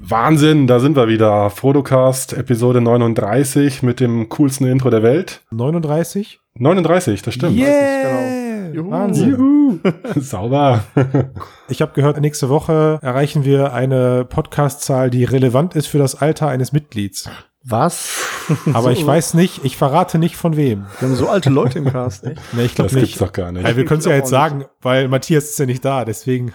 Wahnsinn, da sind wir wieder. Frodocast, Episode 39 mit dem coolsten Intro der Welt. 39? 39, das stimmt. Yeah! Genau. Wahnsinn. Juhu. Sauber. Ich habe gehört, nächste Woche erreichen wir eine Podcast-Zahl, die relevant ist für das Alter eines Mitglieds. Was? Aber ich weiß nicht, ich verrate nicht von wem. Wir haben so alte Leute im Cast, echt? Nee, ich glaube Das nicht. gibt's doch gar nicht. Also wir können es ja jetzt sagen, weil Matthias ist ja nicht da, deswegen.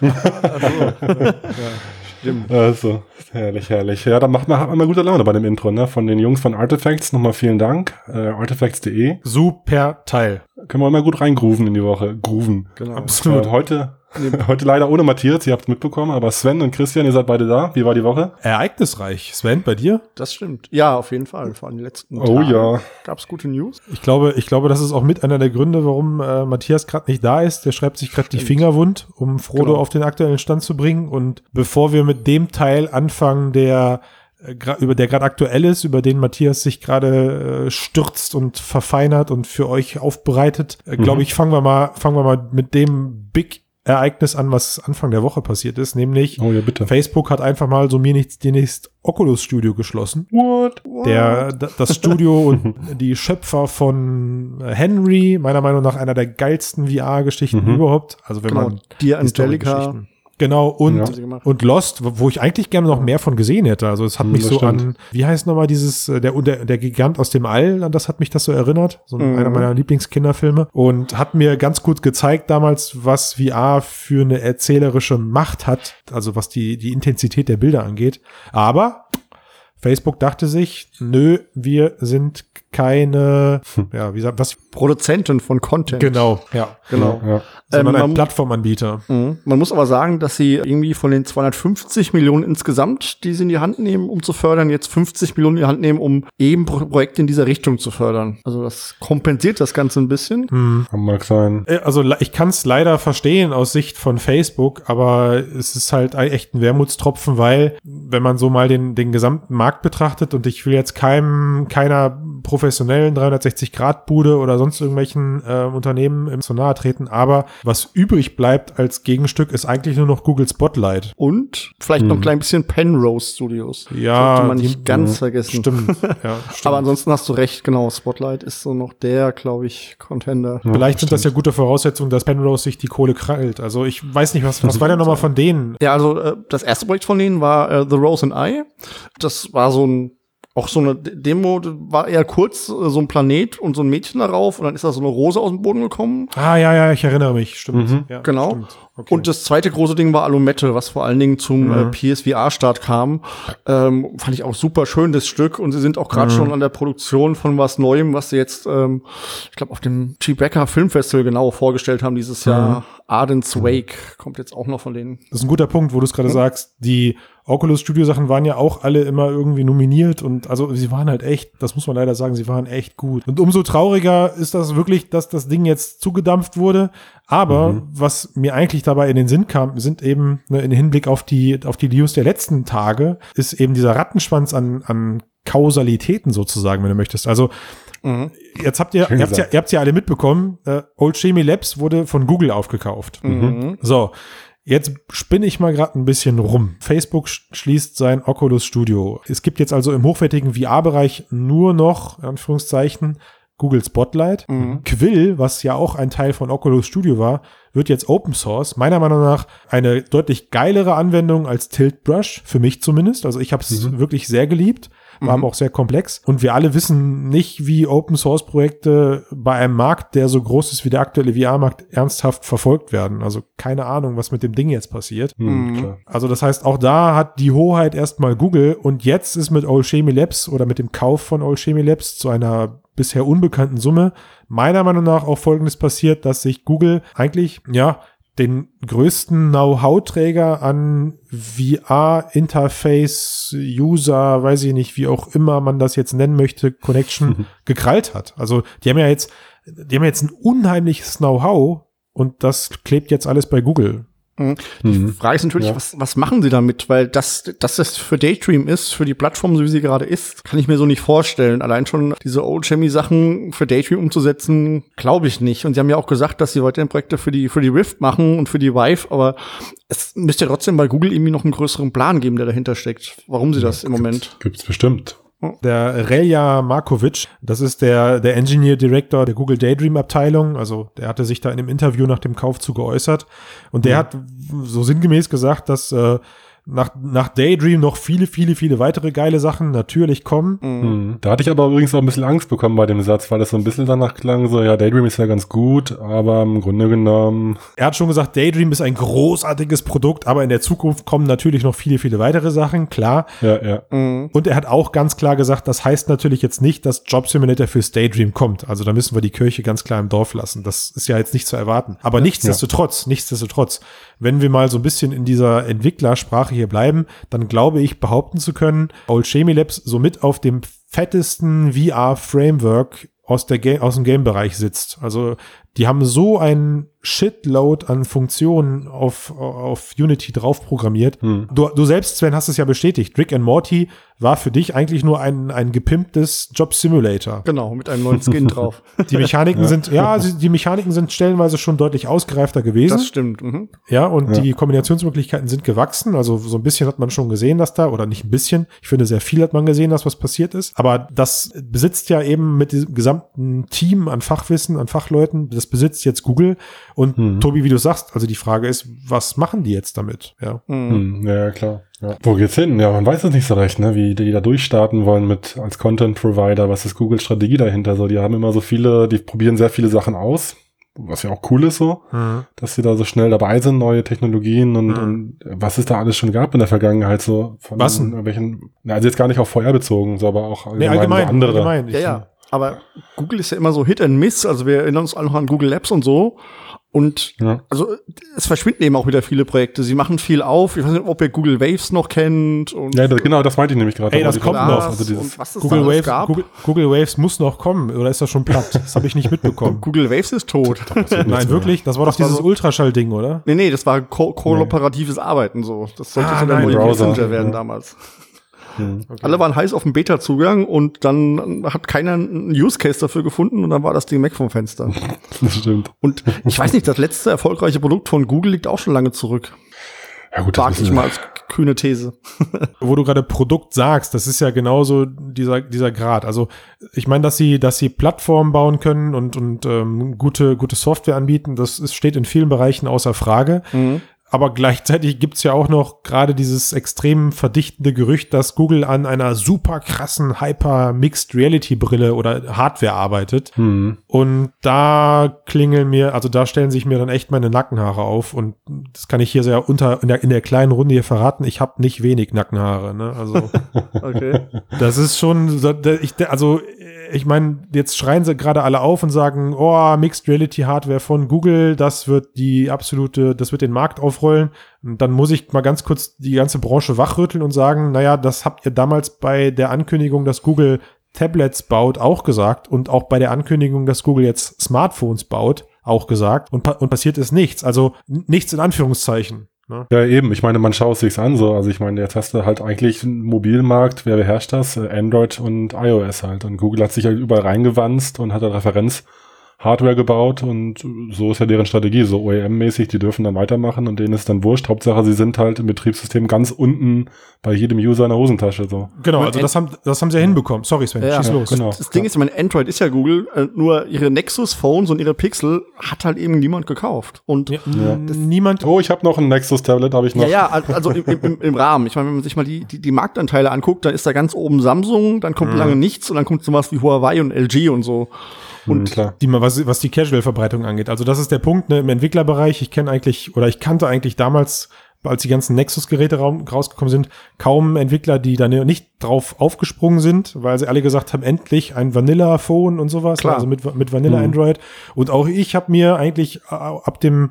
Stimmt. Also, herrlich, herrlich. Ja, da hat man mal gute Laune bei dem Intro, ne? Von den Jungs von Artifacts. Nochmal vielen Dank. Artifacts.de. Super Teil. Können wir immer gut reingrooven in die Woche. Grooven. Genau. Absolut. Heute leider ohne Matthias, ihr habt es mitbekommen, aber Sven und Christian, ihr seid beide da. Wie war die Woche? Ereignisreich. Sven, bei dir? Das stimmt. Ja, auf jeden Fall. Vor allem die letzten Oh Tagen ja. gab's gute News. Ich glaube, das ist auch mit einer der Gründe, warum Matthias gerade nicht da ist. Der schreibt sich gerade die Finger wund, um Frodo auf den aktuellen Stand zu bringen. Und bevor wir mit dem Teil anfangen, der gerade aktuell ist, über den Matthias sich gerade stürzt und verfeinert und für euch aufbereitet, glaube ich, fangen wir mal mit dem Big Ereignis an, was Anfang der Woche passiert ist, nämlich Oh ja, bitte. Facebook hat einfach mal so mir nichts, dir nichts Oculus Studio geschlossen. What? Das Studio und die Schöpfer von Henry, meiner Meinung nach einer der geilsten VR-Geschichten überhaupt. Also wenn man Dir die Angelica. Story-Geschichten. Genau, und Lost, wo ich eigentlich gerne noch mehr von gesehen hätte. Also es hat mich das so stimmt. an, wie heißt nochmal dieses, der Gigant aus dem All, an das hat mich das so erinnert. So einer meiner Lieblingskinderfilme. Und hat mir ganz gut gezeigt damals, was VR für eine erzählerische Macht hat. Also was die Intensität der Bilder angeht. Aber Facebook dachte sich, nö, wir sind keine, Produzenten von Content. Genau, ja. Genau. Ja. Sondern ein Plattformanbieter. Man muss aber sagen, dass sie irgendwie von den 250 Millionen insgesamt, die sie in die Hand nehmen, um zu fördern, jetzt 50 Millionen in die Hand nehmen, um eben Projekte in dieser Richtung zu fördern. Also das kompensiert das Ganze ein bisschen. Kann mag sein. Also ich kann es leider verstehen aus Sicht von Facebook, aber es ist halt echt ein Wermutstropfen, weil wenn man so mal den gesamten Markt betrachtet, und ich will jetzt keiner professionellen 360-Grad-Bude oder sonst irgendwelchen Unternehmen zu nahe treten, aber was übrig bleibt als Gegenstück ist eigentlich nur noch Google Spotlight. Und vielleicht noch ein klein bisschen Penrose Studios. Ja, sollte man nicht ganz vergessen. Stimmt. Ja, stimmt. Aber ansonsten hast du recht, genau. Spotlight ist so noch der, glaube ich, Contender. Vielleicht sind das ja gute Voraussetzungen, dass Penrose sich die Kohle krallt. Also ich weiß nicht, was war denn nochmal von denen? Ja, also das erste Projekt von denen war The Rose and I. Das war so eine Demo, war eher kurz, so ein Planet und so ein Mädchen darauf und dann ist da so eine Rose aus dem Boden gekommen. Ah, ja, ich erinnere mich, stimmt. Ja, Genau. Stimmt. Okay. Und das zweite große Ding war Alumette, was vor allen Dingen zum PSVR-Start kam. Fand ich auch super schön, das Stück. Und sie sind auch gerade schon an der Produktion von was Neuem, was sie jetzt, ich glaube, auf dem Tribeca Filmfestival genau vorgestellt haben dieses Jahr. Arden's Wake kommt jetzt auch noch von denen. Das ist ein guter Punkt, wo du es gerade sagst. Die Oculus Studio Sachen waren ja auch alle immer irgendwie nominiert und also sie waren halt echt, das muss man leider sagen, sie waren echt gut. Und umso trauriger ist das wirklich, dass das Ding jetzt zugedampft wurde. Aber was mir eigentlich dabei in den Sinn kam, sind eben in Hinblick auf die News der letzten Tage, ist eben dieser Rattenschwanz an Kausalitäten sozusagen, wenn du möchtest. Also jetzt habt ihr habt's ja alle mitbekommen, Old Chemie Labs wurde von Google aufgekauft. So, jetzt spinne ich mal gerade ein bisschen rum. Facebook schließt sein Oculus Studio. Es gibt jetzt also im hochwertigen VR-Bereich nur noch, in Anführungszeichen, Google Spotlight. Quill, was ja auch ein Teil von Oculus Studio war, wird jetzt Open Source. Meiner Meinung nach eine deutlich geilere Anwendung als Tilt Brush, für mich zumindest. Also ich habe es wirklich sehr geliebt. War aber auch sehr komplex. Und wir alle wissen nicht, wie Open-Source-Projekte bei einem Markt, der so groß ist wie der aktuelle VR-Markt, ernsthaft verfolgt werden. Also keine Ahnung, was mit dem Ding jetzt passiert. Klar. Also das heißt, auch da hat die Hoheit erstmal Google. Und jetzt ist mit Old Chemie Labs oder mit dem Kauf von Old Chemie Labs zu einer bisher unbekannten Summe meiner Meinung nach auch Folgendes passiert, dass sich Google eigentlich, den größten Know-how-Träger an VR-Interface, User, weiß ich nicht, wie auch immer man das jetzt nennen möchte, Connection gekrallt hat. Also die haben ja jetzt ein unheimliches Know-how und das klebt jetzt alles bei Google. Die Frage ist natürlich, was machen sie damit? Weil dass das für Daydream ist, für die Plattform, so wie sie gerade ist, kann ich mir so nicht vorstellen. Allein schon diese Old-Chemie-Sachen für Daydream umzusetzen, glaube ich nicht. Und sie haben ja auch gesagt, dass sie weiterhin Projekte für die Rift machen und für die Vive, aber es müsste ja trotzdem bei Google irgendwie noch einen größeren Plan geben, der dahinter steckt. Warum sie das im Moment? Gibt's bestimmt. Der Relja Markovic, das ist der Engineer Director der Google Daydream Abteilung, also der hatte sich da in einem Interview nach dem Kauf zu geäußert und der hat so sinngemäß gesagt, dass nach Daydream noch viele weitere geile Sachen natürlich kommen. Da hatte ich aber übrigens auch ein bisschen Angst bekommen bei dem Satz, weil das so ein bisschen danach klang, so, ja, Daydream ist ja ganz gut, aber im Grunde genommen... Er hat schon gesagt, Daydream ist ein großartiges Produkt, aber in der Zukunft kommen natürlich noch viele weitere Sachen, klar. Ja. Und er hat auch ganz klar gesagt, das heißt natürlich jetzt nicht, dass Job Simulator fürs Daydream kommt. Also da müssen wir die Kirche ganz klar im Dorf lassen. Das ist ja jetzt nicht zu erwarten. Aber nichtsdestotrotz, wenn wir mal so ein bisschen in dieser Entwicklersprache hier bleiben, dann glaube ich, behaupten zu können, Old Chemie Labs somit auf dem fettesten VR-Framework aus dem Game-Bereich sitzt. Also die haben so ein Shitload an Funktionen auf Unity drauf programmiert. Du selbst, Sven, hast es ja bestätigt. Rick and Morty war für dich eigentlich nur ein gepimptes Job Simulator. Genau, mit einem neuen Skin drauf. Die Mechaniken die Mechaniken sind stellenweise schon deutlich ausgereifter gewesen. Das stimmt. Ja, und die Kombinationsmöglichkeiten sind gewachsen. Also so ein bisschen hat man schon gesehen, dass da, oder nicht ein bisschen, ich finde sehr viel hat man gesehen, dass was passiert ist. Aber das besitzt ja eben mit diesem gesamten Team an Fachwissen, an Fachleuten, das besitzt jetzt Google. Und Tobi, wie du sagst, also die Frage ist, was machen die jetzt damit? Ja, ja klar. Ja. Wo geht's hin? Ja, man weiß es nicht so recht, ne? Wie die da durchstarten wollen mit als Content Provider. Was ist Googles Strategie dahinter? So, die haben immer so viele, die probieren sehr viele Sachen aus, was ja auch cool ist so, dass sie da so schnell dabei sind, neue Technologien und was es da alles schon gab in der Vergangenheit so von irgendwelchen, also jetzt gar nicht auf VR bezogen, so, aber auch allgemein so andere. Allgemein. Ja. Aber Google ist ja immer so Hit and Miss, also wir erinnern uns alle noch an Google Labs und so. Und also es verschwinden eben auch wieder viele Projekte. Sie machen viel auf. Ich weiß nicht, ob ihr Google Waves noch kennt. Und ja, genau, das meinte ich nämlich gerade. Ey, das kommt noch. Also und was es Google Waves gab. Google Waves muss noch kommen. Oder ist das schon platt? Das habe ich nicht mitbekommen. Google Waves ist tot. Nein, wirklich? Das war doch dieses Ultraschall-Ding, oder? Nee, das war kooperatives Arbeiten so. Das sollte so der neue Messenger werden damals. Okay. Alle waren heiß auf den Beta-Zugang und dann hat keiner einen Use Case dafür gefunden und dann war das Ding weg vom Fenster. Das stimmt. Und ich weiß nicht, das letzte erfolgreiche Produkt von Google liegt auch schon lange zurück. Ja gut, wag ich mal als kühne These. Wo du gerade Produkt sagst, das ist ja genauso dieser Grad. Also ich meine, dass sie Plattformen bauen können und gute Software anbieten, das steht in vielen Bereichen außer Frage. Aber gleichzeitig gibt's ja auch noch gerade dieses extrem verdichtende Gerücht, dass Google an einer super krassen Hyper-Mixed-Reality-Brille oder Hardware arbeitet. Und da da stellen sich mir dann echt meine Nackenhaare auf. Und das kann ich hier sehr in der kleinen Runde hier verraten. Ich habe nicht wenig Nackenhaare. Ne? Also okay. Das ist schon, ich meine, jetzt schreien sie gerade alle auf und sagen, Mixed Reality Hardware von Google, das wird den Markt aufrollen. Und dann muss ich mal ganz kurz die ganze Branche wachrütteln und sagen, naja, das habt ihr damals bei der Ankündigung, dass Google Tablets baut, auch gesagt und auch bei der Ankündigung, dass Google jetzt Smartphones baut, auch gesagt und passiert ist nichts. Also nichts in Anführungszeichen. Ne? Ja, eben. Ich meine, man schaut sich's an so. Also ich meine, jetzt hast du halt eigentlich einen Mobilmarkt. Wer beherrscht das? Android und iOS halt. Und Google hat sich halt überall reingewanzt und hat da Referenz-Hardware gebaut und so ist ja deren Strategie. So OEM-mäßig, die dürfen dann weitermachen und denen ist dann wurscht. Hauptsache, sie sind halt im Betriebssystem ganz unten bei jedem User in der Hosentasche. So. Genau, also das haben sie ja hinbekommen. Sorry, Sven, schieß los. Genau. Das Ding ist, Android ist ja Google, nur ihre Nexus-Phones und ihre Pixel hat halt eben niemand gekauft. Und niemand. Oh, ich habe noch ein Nexus-Tablet, habe ich noch. Ja, also im Rahmen. Ich meine, wenn man sich mal die Marktanteile anguckt, dann ist da ganz oben Samsung, dann kommt lange nichts und dann kommt sowas wie Huawei und LG und so. Und klar. Was die Casual-Verbreitung angeht. Also das ist der Punkt, ne, im Entwicklerbereich. Ich kannte eigentlich damals, als die ganzen Nexus-Geräte rausgekommen sind, kaum Entwickler, die da nicht drauf aufgesprungen sind, weil sie alle gesagt haben, endlich ein Vanilla-Phone und sowas. Klar. Also mit Vanilla Android. Und auch ich habe mir eigentlich ab dem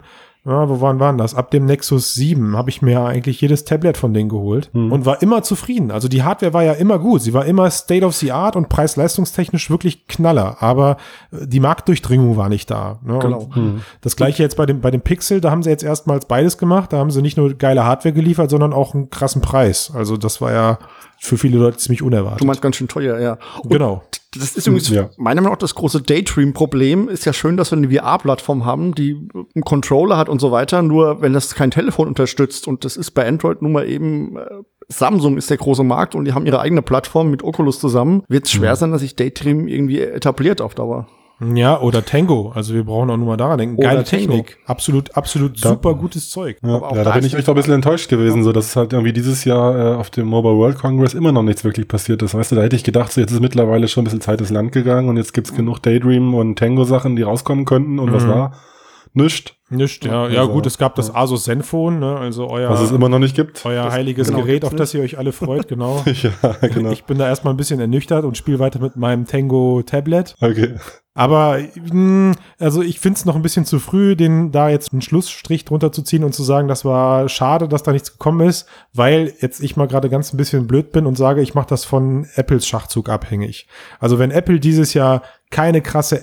wo waren das? Ab dem Nexus 7 habe ich mir eigentlich jedes Tablet von denen geholt und war immer zufrieden. Also die Hardware war ja immer gut. Sie war immer State of the Art und preis-leistungstechnisch wirklich Knaller. Aber die Marktdurchdringung war nicht da. Ne? Genau. Das gleiche jetzt bei dem Pixel, da haben sie jetzt erstmals beides gemacht. Da haben sie nicht nur geile Hardware geliefert, sondern auch einen krassen Preis. Also das war ja für viele Leute ziemlich unerwartet. Du meinst ganz schön teuer, ja. Und genau. Das ist übrigens meiner Meinung nach das große Daydream-Problem. Ist ja schön, dass wir eine VR-Plattform haben, die einen Controller hat und so weiter. Nur wenn das kein Telefon unterstützt, und das ist bei Android nun mal eben, Samsung ist der große Markt und die haben ihre eigene Plattform mit Oculus zusammen, wird es schwer sein, dass sich Daydream irgendwie etabliert auf Dauer. Ja, oder Tango. Also wir brauchen auch nur mal daran denken. Oder Geile Tango. Technik. Absolut super gutes Zeug. Ja, Aber auch da bin ich echt auch ein bisschen enttäuscht gewesen, so dass es halt irgendwie dieses Jahr auf dem Mobile World Congress immer noch nichts wirklich passiert ist. Weißt du, da hätte ich gedacht, so jetzt ist mittlerweile schon ein bisschen Zeit ins Land gegangen und jetzt gibt's genug Daydream und Tango-Sachen, die rauskommen könnten. Und was war? Nischt. Nicht, ja. Ja, gut, es gab das Asus Zenfone, ne? Also was es immer noch nicht gibt. euer heiliges Gerät, auf das ihr euch alle freut, genau. Ja, genau. Ich bin da erstmal ein bisschen ernüchtert und spiele weiter mit meinem Tango Tablet. Okay. Aber also ich finde es noch ein bisschen zu früh, da jetzt einen Schlussstrich drunter zu ziehen und zu sagen, das war schade, dass da nichts gekommen ist, weil jetzt ich mal gerade ganz ein bisschen blöd bin und sage, ich mache das von Apples Schachzug abhängig. Also wenn Apple dieses Jahr keine krasse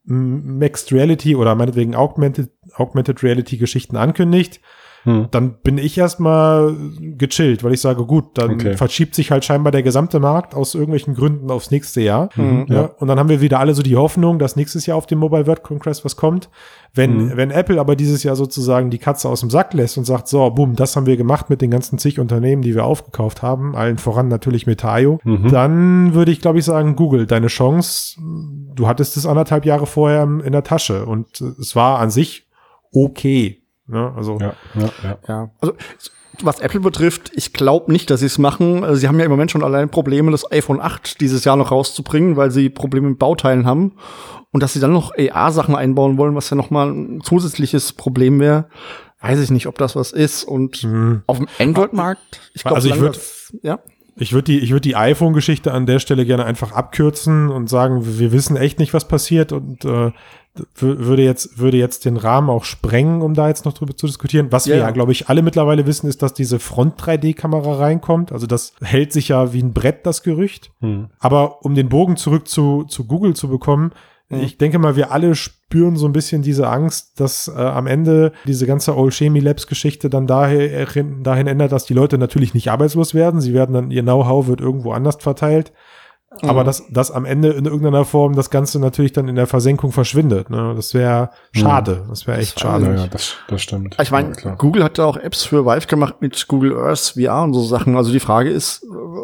Mixed Reality oder meinetwegen Augmented Reality Geschichten ankündigt, dann bin ich erstmal gechillt, weil ich sage, gut, dann verschiebt sich halt scheinbar der gesamte Markt aus irgendwelchen Gründen aufs nächste Jahr. Ja. Und dann haben wir wieder alle so die Hoffnung, dass nächstes Jahr auf dem Mobile World Congress was kommt. Wenn Apple aber dieses Jahr sozusagen die Katze aus dem Sack lässt und sagt, so, boom, das haben wir gemacht mit den ganzen zig Unternehmen, die wir aufgekauft haben, allen voran natürlich Metaio, dann würde ich, glaube ich, sagen, Google, deine Chance, du hattest es 1,5 Jahre vorher in der Tasche und es war an sich okay. Ja, also Ja. Also was Apple betrifft, ich glaube nicht, dass sie es machen. Sie haben ja im Moment schon allein Probleme, das iPhone 8 dieses Jahr noch rauszubringen, weil sie Probleme mit Bauteilen haben. Und dass sie dann noch AR-Sachen einbauen wollen, was ja noch mal ein zusätzliches Problem wäre, weiß ich nicht, ob das was ist. Und auf dem Android-Markt, ich glaube, also ich würde die iPhone-Geschichte an der Stelle gerne einfach abkürzen und sagen, wir wissen echt nicht, was passiert und würde jetzt den Rahmen auch sprengen, um da jetzt noch drüber zu diskutieren. Was wir ja, glaube ich, alle mittlerweile wissen, ist, dass diese Front-3D-Kamera reinkommt. Also das hält sich ja wie ein Brett, das Gerücht. Aber um den Bogen zurück zu Google zu bekommen, ich denke mal, wir alle spüren so ein bisschen diese Angst, dass am Ende diese ganze Old Chemie Labs Geschichte dann dahin ändert, dass die Leute natürlich nicht arbeitslos werden. Sie werden dann, ihr Know-how wird irgendwo anders verteilt. Aber dass am Ende in irgendeiner Form das Ganze natürlich dann in der Versenkung verschwindet. Ne? Das wäre schade. Das wäre echt schade. Ja, das stimmt. Ich meine, ja, Google hat da auch Apps für Vive gemacht mit Google Earth, VR und so Sachen. Also die Frage ist,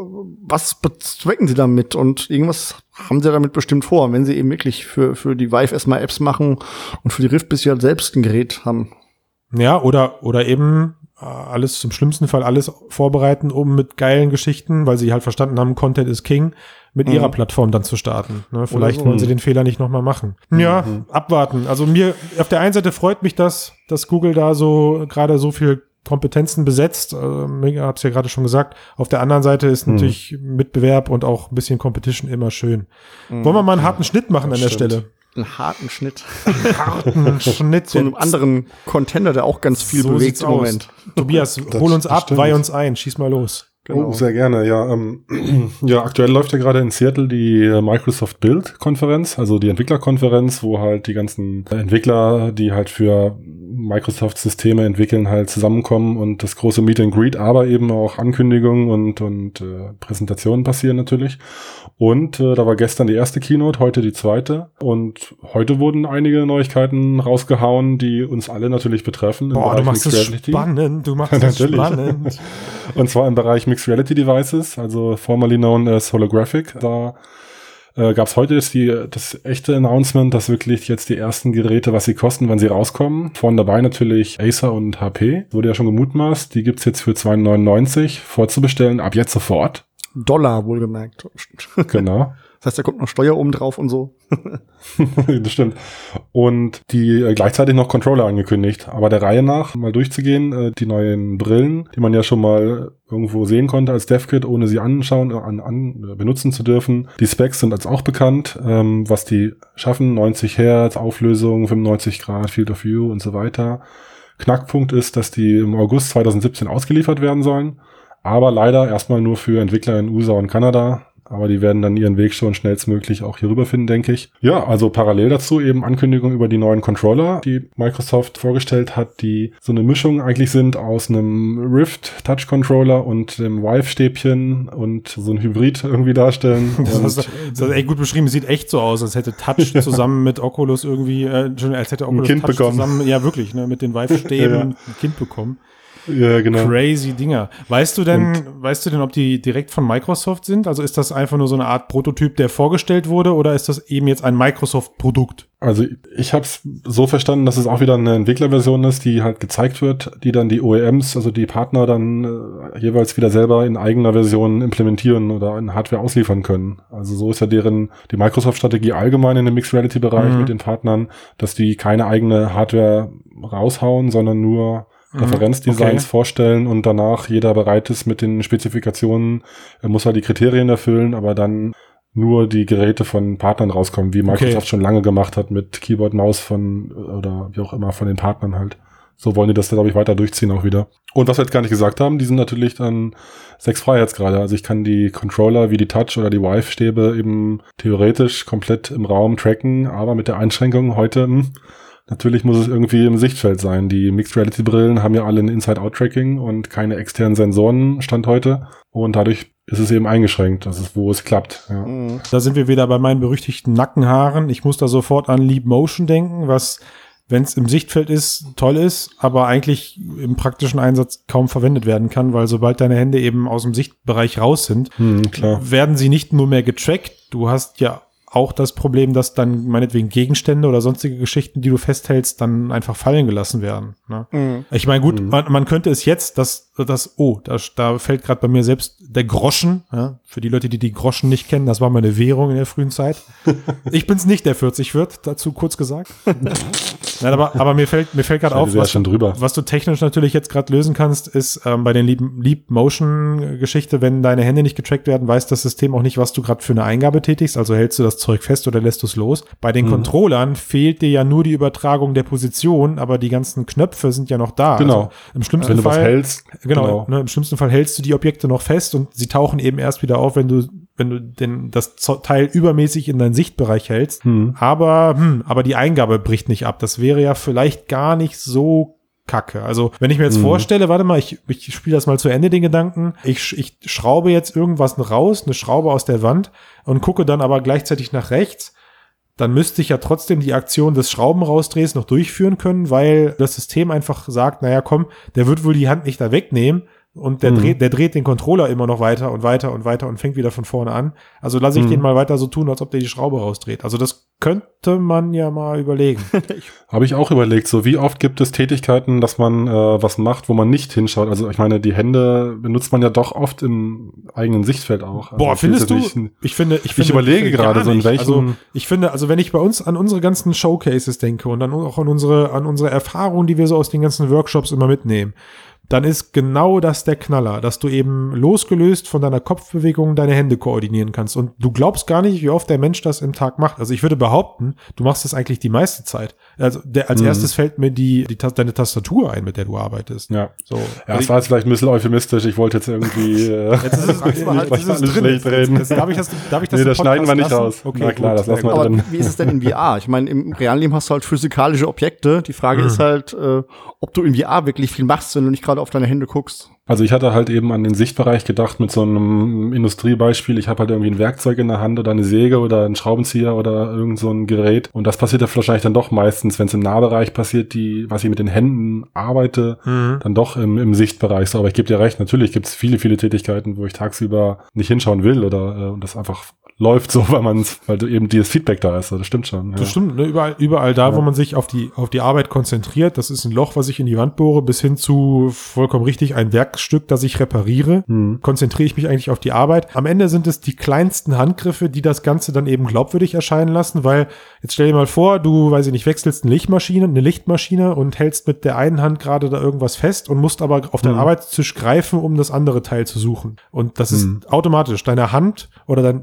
was bezwecken sie damit? Und irgendwas haben sie damit bestimmt vor, wenn sie eben wirklich für die Vive erstmal Apps machen und für die Rift bis sie halt selbst ein Gerät haben. Ja, oder eben alles, im schlimmsten Fall alles vorbereiten, um mit geilen Geschichten, weil sie halt verstanden haben, Content is King, mit ihrer Plattform dann zu starten. Ne, vielleicht wollen sie den Fehler nicht nochmal machen. Ja, abwarten. Also auf der einen Seite freut mich das, dass Google da so gerade so viel Kompetenzen besetzt. Ich habe es ja gerade schon gesagt. Auf der anderen Seite ist natürlich Mitbewerb und auch ein bisschen Competition immer schön. Wollen wir mal einen harten Schnitt machen an der Stelle? Einen harten Schnitt. Harten Schnitt. Zu einem anderen Contender, der auch ganz viel bewegt im Moment. Tobias, hol uns ab, weih uns ein, schieß mal los. Genau. Oh, sehr gerne, ja. Ja, aktuell läuft ja gerade in Seattle die Microsoft Build-Konferenz, also die Entwicklerkonferenz, wo halt die ganzen Entwickler, die halt für Microsoft-Systeme entwickeln, halt zusammenkommen und das große Meet and Greet, aber eben auch Ankündigungen und Präsentationen passieren natürlich. Und da war gestern die erste Keynote, heute die zweite. Und heute wurden einige Neuigkeiten rausgehauen, die uns alle natürlich betreffen. Boah, du machst es spannend, spannend. Und zwar im Bereich Mixed Reality Devices, also formerly known as Holographic. Da gab es heute das echte Announcement, dass wirklich jetzt die ersten Geräte, was sie kosten, wenn sie rauskommen. Vorne dabei natürlich Acer und HP. Wurde ja schon gemutmaßt. Die gibt's jetzt für $299 vorzubestellen, ab jetzt sofort. Dollar wohlgemerkt. Genau. Das heißt, da kommt noch Steuer oben drauf und so. Das stimmt. Und die gleichzeitig noch Controller angekündigt. Aber der Reihe nach mal durchzugehen, die neuen Brillen, die man ja schon mal irgendwo sehen konnte als DevKit, ohne sie benutzen zu dürfen. Die Specs sind als auch bekannt, was die schaffen. 90 Hertz, Auflösung, 95 Grad, Field of View und so weiter. Knackpunkt ist, dass die im August 2017 ausgeliefert werden sollen, aber leider erstmal nur für Entwickler in USA und Kanada. Aber die werden dann ihren Weg schon schnellstmöglich auch hier rüberfinden, denke ich. Ja, also parallel dazu eben Ankündigung über die neuen Controller, die Microsoft vorgestellt hat, die so eine Mischung eigentlich sind aus einem Rift Touch Controller und dem Vive-Stäbchen und so ein Hybrid irgendwie darstellen. Das ist echt gut beschrieben. Sieht echt so aus, als hätte Touch zusammen mit Oculus irgendwie, als hätte Oculus ein Kind Touch bekommen. Zusammen, ja wirklich, ne, mit den Vive-Stäben ein Kind bekommen. Ja, genau. Crazy Dinger. Weißt du denn, ob die direkt von Microsoft sind? Also ist das einfach nur so eine Art Prototyp, der vorgestellt wurde, oder ist das eben jetzt ein Microsoft-Produkt? Also ich habe es so verstanden, dass es auch wieder eine Entwicklerversion ist, die halt gezeigt wird, die dann die OEMs, also die Partner dann jeweils wieder selber in eigener Version implementieren oder in Hardware ausliefern können. Also so ist ja die Microsoft-Strategie allgemein in dem Mixed-Reality-Bereich mit den Partnern, dass die keine eigene Hardware raushauen, sondern nur Referenzdesigns vorstellen und danach jeder bereit ist mit den Spezifikationen, muss halt die Kriterien erfüllen, aber dann nur die Geräte von Partnern rauskommen, wie Microsoft schon lange gemacht hat mit Keyboard, Maus von oder wie auch immer von den Partnern halt. So wollen die das, glaube ich, weiter durchziehen auch wieder. Und was wir jetzt gar nicht gesagt haben, die sind natürlich dann 6 Freiheits gerade. Also ich kann die Controller wie die Touch oder die Vive-Stäbe eben theoretisch komplett im Raum tracken, aber mit der Einschränkung heute, natürlich muss es irgendwie im Sichtfeld sein. Die Mixed-Reality-Brillen haben ja alle ein Inside-Out-Tracking und keine externen Sensoren, Stand heute. Und dadurch ist es eben eingeschränkt, das ist, wo es klappt. Ja. Da sind wir wieder bei meinen berüchtigten Nackenhaaren. Ich muss da sofort an Leap Motion denken, was, wenn es im Sichtfeld ist, toll ist, aber eigentlich im praktischen Einsatz kaum verwendet werden kann, weil sobald deine Hände eben aus dem Sichtbereich raus sind, werden sie nicht nur mehr getrackt. Du hast ja auch das Problem, dass dann meinetwegen Gegenstände oder sonstige Geschichten, die du festhältst, dann einfach fallen gelassen werden. Ne? Ich meine, gut, man könnte es jetzt, da fällt gerade bei mir selbst der Groschen. Ja? Für die Leute, die die Groschen nicht kennen, das war meine Währung in der frühen Zeit. Ich bin's nicht, der 40 wird, dazu kurz gesagt. Nein, aber mir fällt gerade auf, was du technisch natürlich jetzt gerade lösen kannst, ist bei den Leap Motion Geschichte, wenn deine Hände nicht getrackt werden, weiß das System auch nicht, was du gerade für eine Eingabe tätigst, also hältst du das Zeug fest oder lässt du es los. Bei den Controllern fehlt dir ja nur die Übertragung der Position, aber die ganzen Knöpfe sind ja noch da. Genau. Also im schlimmsten wenn du was hältst. Genau. Ne, im schlimmsten Fall hältst du die Objekte noch fest und sie tauchen eben erst wieder auf, wenn du das Teil übermäßig in deinen Sichtbereich hältst. Aber die Eingabe bricht nicht ab. Das wäre ja vielleicht gar nicht so kacke. Also, wenn ich mir jetzt vorstelle, warte mal, ich spiele das mal zu Ende, den Gedanken. Ich schraube jetzt irgendwas raus, eine Schraube aus der Wand und gucke dann aber gleichzeitig nach rechts. Dann müsste ich ja trotzdem die Aktion des Schraubenrausdrehs noch durchführen können, weil das System einfach sagt, naja, komm, der wird wohl die Hand nicht da wegnehmen. Und der dreht den Controller immer noch weiter und weiter und weiter und fängt wieder von vorne an. Also lasse ich den mal weiter so tun, als ob der die Schraube rausdreht. Also das könnte man ja mal überlegen. Habe ich auch überlegt, so wie oft gibt es Tätigkeiten, dass man was macht, wo man nicht hinschaut. Also ich meine, die Hände benutzt man ja doch oft im eigenen Sichtfeld auch. Also findest du? Ich überlege gerade so in welchen. Also ich finde, also wenn ich bei uns an unsere ganzen Showcases denke und dann auch an unsere Erfahrungen, die wir so aus den ganzen Workshops immer mitnehmen, dann ist genau das der Knaller, dass du eben losgelöst von deiner Kopfbewegung deine Hände koordinieren kannst. Und du glaubst gar nicht, wie oft der Mensch das im Tag macht. Also ich würde behaupten, du machst das eigentlich die meiste Zeit. Also als erstes fällt mir deine Tastatur ein, mit der du arbeitest. Ja. So. Ja, das war jetzt vielleicht ein bisschen euphemistisch. Ich wollte jetzt irgendwie jetzt ist es drin. Reden. Darf ich das nee, das schneiden wir nicht raus. Okay, na klar, das lassen wir aber drin. Wie ist es denn in VR? Ich meine, im realen Leben hast du halt physikalische Objekte. Die Frage ist halt, ob du in VR wirklich viel machst, wenn du nicht gerade auf deine Hände guckst. Also ich hatte halt eben an den Sichtbereich gedacht mit so einem Industriebeispiel. Ich habe halt irgendwie ein Werkzeug in der Hand oder eine Säge oder einen Schraubenzieher oder irgend so ein Gerät. Und das passiert ja wahrscheinlich dann doch meistens, wenn es im Nahbereich passiert, was ich mit den Händen arbeite, dann doch im Sichtbereich. So, aber ich gebe dir recht, natürlich gibt es viele, viele Tätigkeiten, wo ich tagsüber nicht hinschauen will oder und das einfach läuft so, weil eben dieses Feedback da ist. Das stimmt schon. Ja. Das stimmt, ne? Überall da, wo man sich auf die Arbeit konzentriert, das ist ein Loch, was ich in die Wand bohre, bis hin zu vollkommen richtig ein Werkstück, das ich repariere, konzentriere ich mich eigentlich auf die Arbeit. Am Ende sind es die kleinsten Handgriffe, die das Ganze dann eben glaubwürdig erscheinen lassen, weil jetzt stell dir mal vor, du, weiß ich nicht, wechselst eine Lichtmaschine und hältst mit der einen Hand gerade da irgendwas fest und musst aber auf deinen Arbeitstisch greifen, um das andere Teil zu suchen. Und das ist automatisch. Deine Hand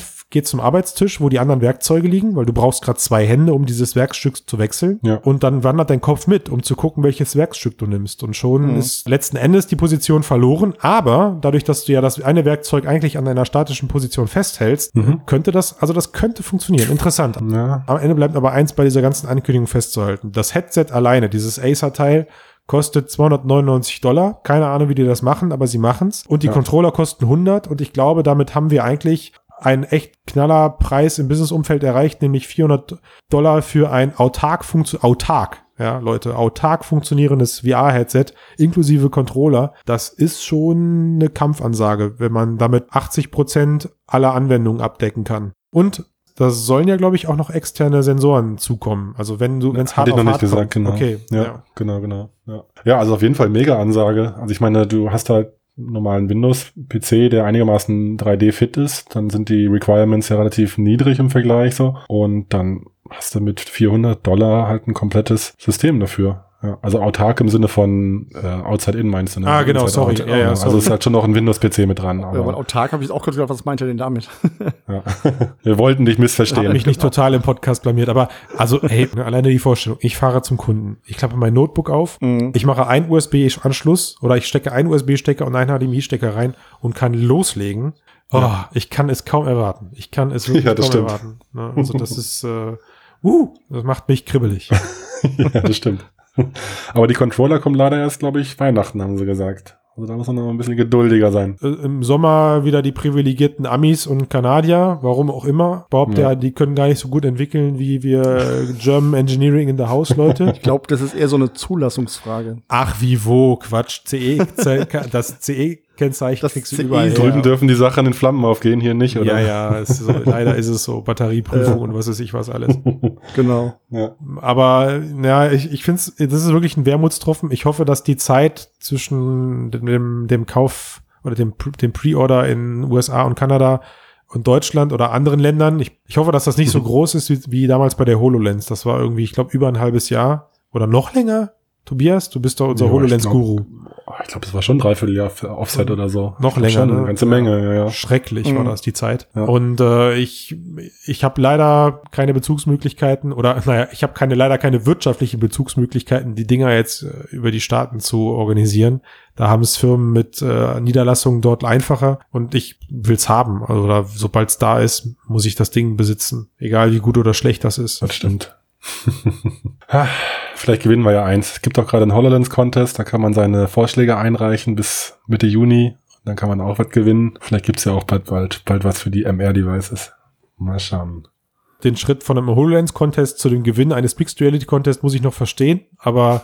Hand geht zum Arbeitstisch, wo die anderen Werkzeuge liegen, weil du brauchst gerade 2 Hände, um dieses Werkstück zu wechseln. Ja. Und dann wandert dein Kopf mit, um zu gucken, welches Werkstück du nimmst. Und schon ist letzten Endes die Position verloren. Aber dadurch, dass du ja das eine Werkzeug eigentlich an deiner statischen Position festhältst, könnte das könnte funktionieren. Interessant. Ja. Am Ende bleibt aber eins bei dieser ganzen Ankündigung festzuhalten. Das Headset alleine, dieses Acer-Teil, kostet $299. Keine Ahnung, wie die das machen, aber sie machen's. Und die Controller kosten 100. Und ich glaube, damit haben wir eigentlich einen echt knaller Preis im Businessumfeld erreicht, nämlich $400 für ein autark funktionierendes VR-Headset inklusive Controller. Das ist schon eine Kampfansage, wenn man damit 80% aller Anwendungen abdecken kann. Und das sollen ja, glaube ich, auch noch externe Sensoren zukommen. Also wenn es hart auf hart noch nicht gesagt, kommt. genau. Okay, Ja, genau. Ja, also auf jeden Fall mega Ansage. Also ich meine, du hast halt einen normalen Windows-PC, der einigermaßen 3D-fit ist. Dann sind die Requirements ja relativ niedrig im Vergleich so. Und dann hast du mit $400 halt ein komplettes System dafür. Ja, also autark im Sinne von Outside-In meinst du, ne? Ah, genau, sorry. Sorry. Also ist halt schon noch ein Windows-PC mit dran. Aber weil autark habe ich auch kurz gedacht, was meint er denn damit? Ja. Wir wollten dich missverstehen. Ich habe mich nicht total im Podcast blamiert, aber also, hey, alleine die Vorstellung, ich fahre zum Kunden, ich klappe mein Notebook auf, ich mache einen USB-Anschluss oder ich stecke einen USB-Stecker und einen HDMI-Stecker rein und kann loslegen. Oh, ich kann es kaum erwarten. Ich kann es wirklich kaum erwarten. Ne? Also das ist, das macht mich kribbelig. Ja, das stimmt. Aber die Controller kommen leider erst, glaube ich, Weihnachten, haben sie gesagt. Also da muss man noch ein bisschen geduldiger sein. Im Sommer wieder die privilegierten Amis und Kanadier, warum auch immer. Behauptet die können gar nicht so gut entwickeln wie wir German Engineering in the House Leute. Ich glaube, das ist eher so eine Zulassungsfrage. Ach, wie wo? Quatsch. Das CE-Kennzeichen kriegst du überall. Drüben dürfen die Sachen in Flammen aufgehen, hier nicht, oder? Ja, ist so, leider ist es so. Batterieprüfung und was weiß ich was alles. Genau. Ja. Aber ich finde es, das ist wirklich ein Wermutstropfen. Ich hoffe, dass die Zeit zwischen dem Kauf oder dem Pre-Order in USA und Kanada und Deutschland oder anderen Ländern, ich hoffe, dass das nicht so groß ist wie damals bei der HoloLens. Das war irgendwie, ich glaube, über ein halbes Jahr oder noch länger. Tobias, du bist doch unser HoloLens-Guru. Ich glaube, es war schon 3/4 Jahr für Offset oder so. Noch länger, schon eine ne? ganze Menge, ja. Schrecklich war das, die Zeit. Ja. Und ich habe leider keine Bezugmöglichkeiten ich habe leider keine wirtschaftlichen Bezugmöglichkeiten, die Dinger jetzt über die Staaten zu organisieren. Da haben es Firmen mit Niederlassungen dort einfacher und ich will's haben. Also sobald es da ist, muss ich das Ding besitzen. Egal wie gut oder schlecht das ist. Das stimmt. Vielleicht gewinnen wir ja eins. Es gibt auch gerade einen HoloLens-Contest, da kann man seine Vorschläge einreichen bis Mitte Juni. Dann kann man auch was gewinnen. Vielleicht gibt's ja auch bald was für die MR-Devices. Mal schauen. Den Schritt von einem HoloLens-Contest zu dem Gewinn eines Mixed Reality-Contests muss ich noch verstehen, aber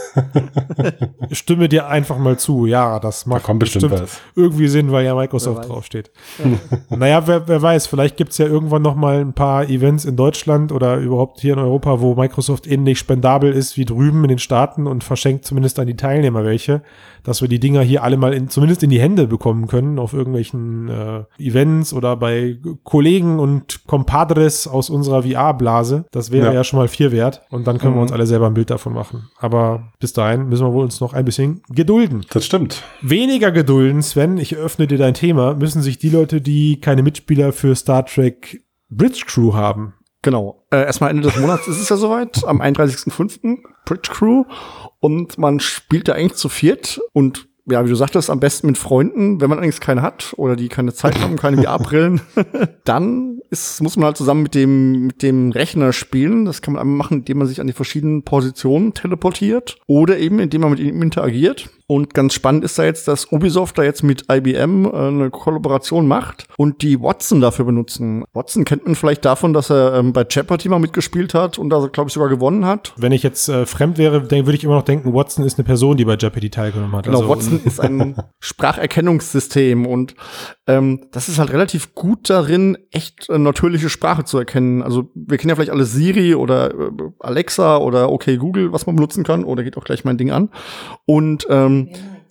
stimme dir einfach mal zu. Ja, das macht bestimmt was. Irgendwie Sinn, weil ja Microsoft draufsteht. Naja, wer weiß, vielleicht gibt's ja irgendwann noch mal ein paar Events in Deutschland oder überhaupt hier in Europa, wo Microsoft ähnlich spendabel ist wie drüben in den Staaten und verschenkt zumindest an die Teilnehmer welche, dass wir die Dinger hier alle mal zumindest in die Hände bekommen können auf irgendwelchen Events oder bei Kollegen und Compadres aus unserer VR-Blase. Das wäre ja schon mal 4 wert. Und dann können wir uns alle selber ein Bild davon machen. Aber bis dahin müssen wir wohl uns noch ein bisschen gedulden. Das stimmt. Weniger gedulden, Sven, ich öffne dir dein Thema, müssen sich die Leute, die keine Mitspieler für Star Trek Bridge Crew haben. Genau. Erstmal Ende des Monats ist es ja soweit, am 31.05. Bridge Crew. Und man spielt da eigentlich zu viert und ja, wie du sagtest, am besten mit Freunden. Wenn man allerdings keine hat oder die keine Zeit haben, keine VR-Brillen, dann muss man halt zusammen mit dem Rechner spielen. Das kann man einmal machen, indem man sich an die verschiedenen Positionen teleportiert oder eben indem man mit ihm interagiert. Und ganz spannend ist da jetzt, dass Ubisoft da jetzt mit IBM eine Kollaboration macht und die Watson dafür benutzen. Watson kennt man vielleicht davon, dass er bei Jeopardy mal mitgespielt hat und da, glaube ich, sogar gewonnen hat. Wenn ich jetzt fremd wäre, dann würde ich immer noch denken, Watson ist eine Person, die bei Jeopardy teilgenommen hat. Genau, also, Watson ist ein Spracherkennungssystem und das ist halt relativ gut darin, echt natürliche Sprache zu erkennen. Also wir kennen ja vielleicht alle Siri oder Alexa oder okay Google, was man benutzen kann, oder geht auch gleich mein Ding an. Und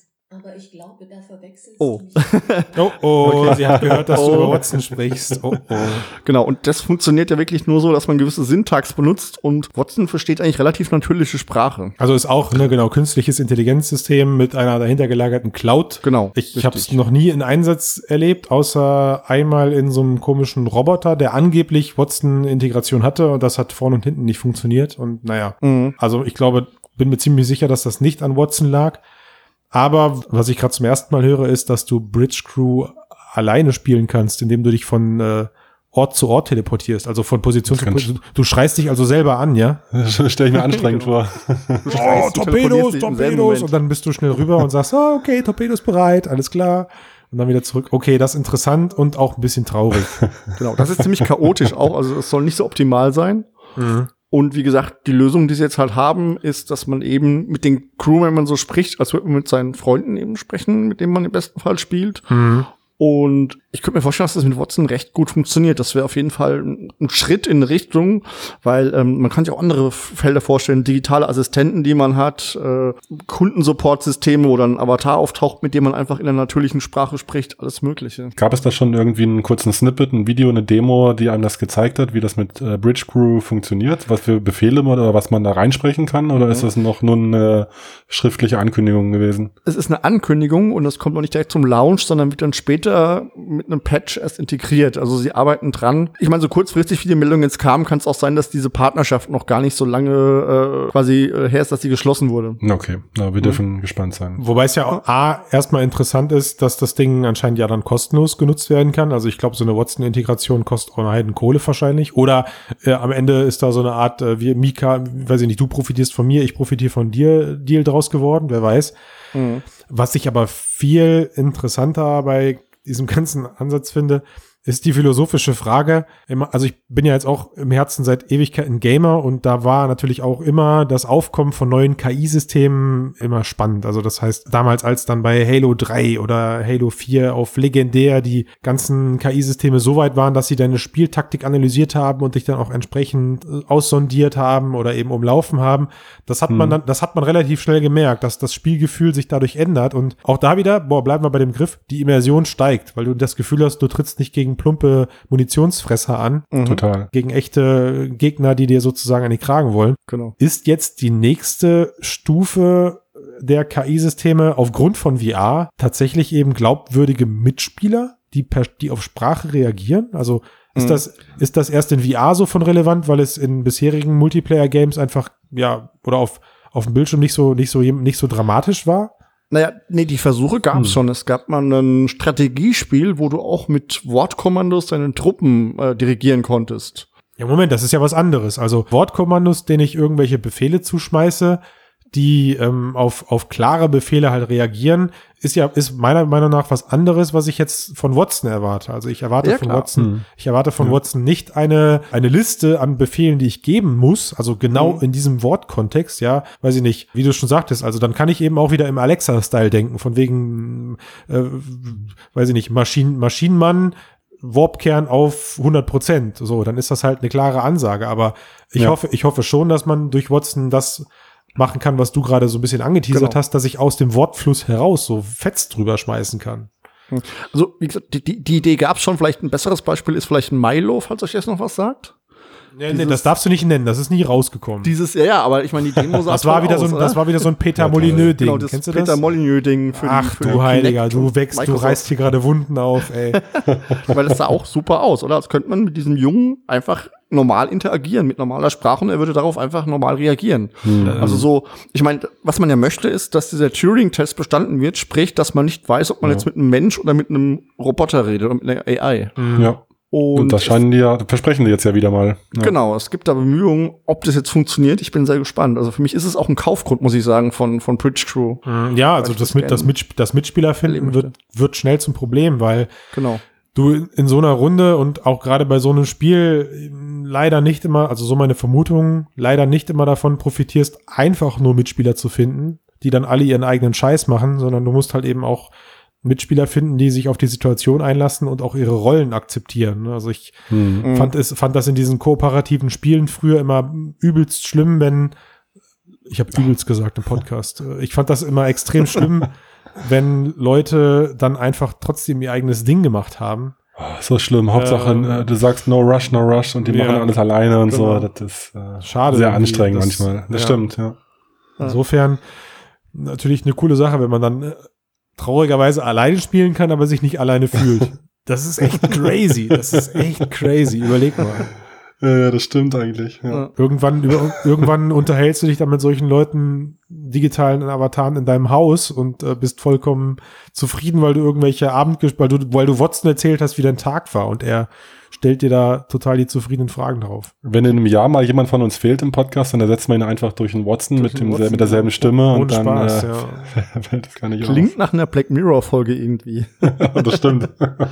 Aber ich glaube, da verwechselst Oh. du mich. Okay. Sie hat gehört, dass du über Watson sprichst. Genau, und das funktioniert ja wirklich nur so, dass man gewisse Syntax benutzt und Watson versteht eigentlich relativ natürliche Sprache. Also ist auch, künstliches Intelligenzsystem mit einer dahinter gelagerten Cloud. Genau. Ich habe es noch nie in Einsatz erlebt, außer einmal in so einem komischen Roboter, der angeblich Watson-Integration hatte und das hat vorne und hinten nicht funktioniert und also ich glaube, bin mir ziemlich sicher, dass das nicht an Watson lag. Aber was ich gerade zum ersten Mal höre, ist, dass du Bridge Crew alleine spielen kannst, indem du dich von Ort zu Ort teleportierst, also von Position zu Position. Du schreist dich also selber an, ja? Das stelle ich mir anstrengend vor. Torpedos! Und dann bist du schnell rüber und sagst, okay, Torpedos bereit, alles klar. Und dann wieder zurück. Okay, das ist interessant und auch ein bisschen traurig. Genau, das ist ziemlich chaotisch auch, also es soll nicht so optimal sein. Mhm. Und wie gesagt, die Lösung, die sie jetzt halt haben, ist, dass man eben mit den Crewmembern so spricht, als würde man mit seinen Freunden eben sprechen, mit denen man im besten Fall spielt. Mhm. Und ich könnte mir vorstellen, dass das mit Watson recht gut funktioniert. Das wäre auf jeden Fall ein Schritt in Richtung, weil man kann sich auch andere Felder vorstellen, digitale Assistenten, die man hat, Kundensupport-Systeme, wo dann ein Avatar auftaucht, mit dem man einfach in der natürlichen Sprache spricht, alles Mögliche. Gab es da schon irgendwie einen kurzen Snippet, ein Video, eine Demo, die einem das gezeigt hat, wie das mit Bridge Crew funktioniert? Was für Befehle oder was man da reinsprechen kann? Oder ist das noch nur eine schriftliche Ankündigung gewesen? Es ist eine Ankündigung und das kommt noch nicht direkt zum Launch, sondern wird dann später mit einem Patch erst integriert. Also sie arbeiten dran. Ich meine, so kurzfristig wie die Meldung jetzt kam, kann es auch sein, dass diese Partnerschaft noch gar nicht so lange her ist, dass sie geschlossen wurde. Okay, wir dürfen gespannt sein. Wobei es ja auch erstmal interessant ist, dass das Ding anscheinend ja dann kostenlos genutzt werden kann. Also ich glaube, so eine Watson-Integration kostet auch eine Heidenkohle wahrscheinlich. Oder am Ende ist da so eine Art, wie Mika, weiß ich nicht, du profitierst von mir, ich profitiere von dir, Deal draus geworden, wer weiß. Mhm. Was ich aber viel interessanter bei diesem ganzen Ansatz finde, ist die philosophische Frage. Also ich bin ja jetzt auch im Herzen seit Ewigkeiten Gamer und da war natürlich auch immer das Aufkommen von neuen KI-Systemen immer spannend. Also das heißt, damals als dann bei Halo 3 oder Halo 4 auf Legendär die ganzen KI-Systeme so weit waren, dass sie deine Spieltaktik analysiert haben und dich dann auch entsprechend aussondiert haben oder eben umlaufen haben. Das hat man relativ schnell gemerkt, dass das Spielgefühl sich dadurch ändert und auch da wieder, bleiben wir bei dem Griff, die Immersion steigt, weil du das Gefühl hast, du trittst nicht gegen plumpe Munitionsfresser an. Total. Gegen echte Gegner, die dir sozusagen an die Kragen wollen. Genau. Ist jetzt die nächste Stufe der KI-Systeme aufgrund von VR tatsächlich eben glaubwürdige Mitspieler, die auf Sprache reagieren? Also ist das erst in VR so von relevant, weil es in bisherigen Multiplayer-Games einfach, oder auf dem Bildschirm nicht so dramatisch war? Naja, nee, die Versuche gab's schon. Es gab mal ein Strategiespiel, wo du auch mit Wortkommandos deine Truppen dirigieren konntest. Ja, Moment, das ist ja was anderes. Also Wortkommandos, denen ich irgendwelche Befehle zuschmeiße, die auf klare Befehle halt reagieren, ist meiner Meinung nach was anderes, was ich jetzt von Watson erwarte. Also ich erwarte von Watson nicht eine Liste an Befehlen, die ich geben muss, also genau in diesem Wortkontext, weiß ich nicht, wie du schon sagtest, also dann kann ich eben auch wieder im Alexa-Style denken, von wegen, weiß ich nicht, Maschinenmann, Warpkern auf 100%. So, dann ist das halt eine klare Ansage, aber ich hoffe schon, dass man durch Watson das machen kann, was du gerade so ein bisschen angeteasert hast, dass ich aus dem Wortfluss heraus so Fetz drüber schmeißen kann. Also, wie gesagt, die Idee gab's schon. Vielleicht ein besseres Beispiel ist vielleicht ein Milo, falls euch jetzt noch was sagt. Nee, das darfst du nicht nennen, das ist nie rausgekommen. Aber ich meine, die Demo sah das war wieder so ein Peter Molyneux-Ding. Genau, das kennst du Peter das? Molyneux-Ding Ach du Heiliger, du reißt hier gerade Wunden auf, ey. Weil das sah auch super aus, oder? Als könnte man mit diesem Jungen einfach normal interagieren, mit normaler Sprache und er würde darauf einfach normal reagieren. Also so, ich meine, was man ja möchte, ist, dass dieser Turing-Test bestanden wird, sprich, dass man nicht weiß, ob man jetzt mit einem Mensch oder mit einem Roboter redet oder mit einer AI. Ja. Und das versprechen die jetzt ja wieder mal. Ja. Genau, es gibt da Bemühungen, ob das jetzt funktioniert. Ich bin sehr gespannt. Also für mich ist es auch ein Kaufgrund, muss ich sagen, von Bridge Crew. Ja, also das Mitspielerfinden wird schnell zum Problem, weil du in so einer Runde und auch gerade bei so einem Spiel leider nicht immer, also so meine Vermutung, leider nicht immer davon profitierst, einfach nur Mitspieler zu finden, die dann alle ihren eigenen Scheiß machen, sondern du musst halt eben auch Mitspieler finden, die sich auf die Situation einlassen und auch ihre Rollen akzeptieren. Also ich fand das in diesen kooperativen Spielen früher immer übelst schlimm, ich habe übelst gesagt im Podcast. Ich fand das immer extrem schlimm, wenn Leute dann einfach trotzdem ihr eigenes Ding gemacht haben. Oh, so schlimm. Hauptsache, du sagst no rush und die machen alles alleine und genau. so. Das ist Schade, sehr irgendwie, anstrengend das- manchmal. Das ja. stimmt, ja. Insofern natürlich eine coole Sache, wenn man dann traurigerweise alleine spielen kann, aber sich nicht alleine fühlt. Das ist echt crazy. Das ist echt crazy. Überleg mal. Ja, das stimmt eigentlich. Ja. Irgendwann unterhältst du dich dann mit solchen Leuten, digitalen Avataren in deinem Haus und bist vollkommen zufrieden, weil du irgendwelche weil du Watson erzählt hast, wie dein Tag war und er stellt dir da total die zufriedenen Fragen drauf. Wenn in einem Jahr mal jemand von uns fehlt im Podcast, dann ersetzt man ihn einfach durch einen Watson mit derselben Stimme Ohne und dann Spaß, fällt das gar nicht Klingt nach einer Black Mirror-Folge irgendwie. auf. Das stimmt.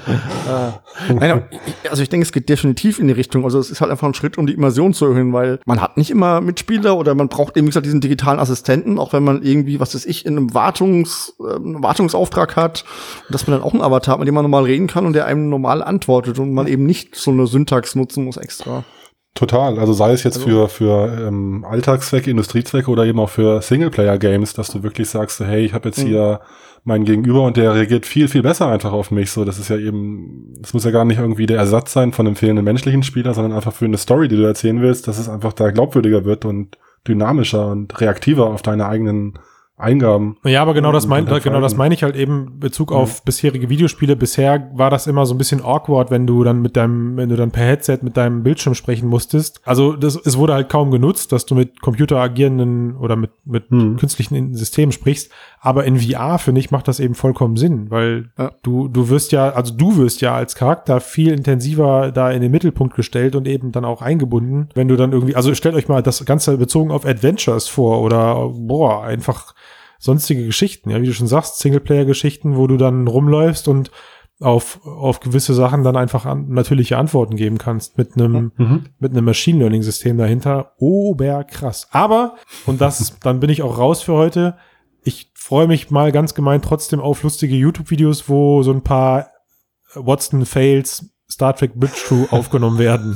Nein, also ich denke, es geht definitiv in die Richtung. Also es ist halt einfach ein Schritt, um die Immersion zu erhöhen, weil man hat nicht immer Mitspieler oder man braucht eben, wie gesagt, diesen digitalen Assistenten, auch wenn man irgendwie, was weiß ich, in einem Wartungsauftrag hat, dass man dann auch einen Avatar hat, mit dem man normal reden kann und der einem normal antwortet und man eben nicht so eine Syntax nutzen muss extra. Total. Also sei es jetzt für Alltagszwecke, Industriezwecke oder eben auch für Singleplayer-Games, dass du wirklich sagst, so, hey, ich habe jetzt hier meinen Gegenüber und der reagiert viel, viel besser einfach auf mich. So, das ist ja eben, das muss ja gar nicht irgendwie der Ersatz sein von einem fehlenden menschlichen Spieler, sondern einfach für eine Story, die du erzählen willst, dass es einfach da glaubwürdiger wird und dynamischer und reaktiver auf deine eigenen Eingaben. Ja, aber genau das meine Entfalten. ich halt eben in Bezug auf bisherige Videospiele. Bisher war das immer so ein bisschen awkward, wenn du dann per Headset mit deinem Bildschirm sprechen musstest. Also es wurde halt kaum genutzt, dass du mit Computer agierenden oder mit künstlichen Systemen sprichst. Aber in VR, finde ich, macht das eben vollkommen Sinn, weil du wirst ja als Charakter viel intensiver da in den Mittelpunkt gestellt und eben dann auch eingebunden. Wenn du dann irgendwie, also stellt euch mal das Ganze bezogen auf Adventures vor oder einfach sonstige Geschichten, ja, wie du schon sagst, Singleplayer-Geschichten, wo du dann rumläufst und auf gewisse Sachen dann einfach natürliche Antworten geben kannst mit einem Machine Learning-System dahinter. Oberkrass. Aber, dann bin ich auch raus für heute. Ich freue mich mal ganz gemein trotzdem auf lustige YouTube-Videos, wo so ein paar Watson-Fails Star Trek Bridge Crew aufgenommen werden.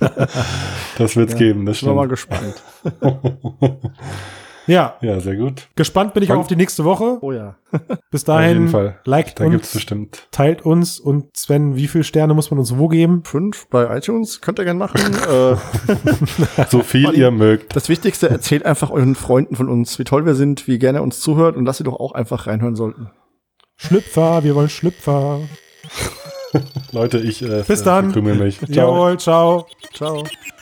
Das wird's geben, das Ich bin mal stimmt. gespannt. Ja, Ja, sehr gut. gespannt bin ich auch auf die nächste Woche. Oh ja. Bis Auf jeden dahin, Fall. liked Da gibt's uns, bestimmt. teilt uns und Sven, wie viele Sterne muss man uns wo geben? 5 bei iTunes, könnt ihr gerne machen. So viel ihr mögt. Das Wichtigste, erzählt einfach euren Freunden von uns, wie toll wir sind, wie gerne ihr uns zuhört und dass sie doch auch einfach reinhören sollten. Schlüpfer, wir wollen Schlüpfer. Leute, ich Bis dann. kümmere mich. Ciao. Jawohl, ciao. Ciao.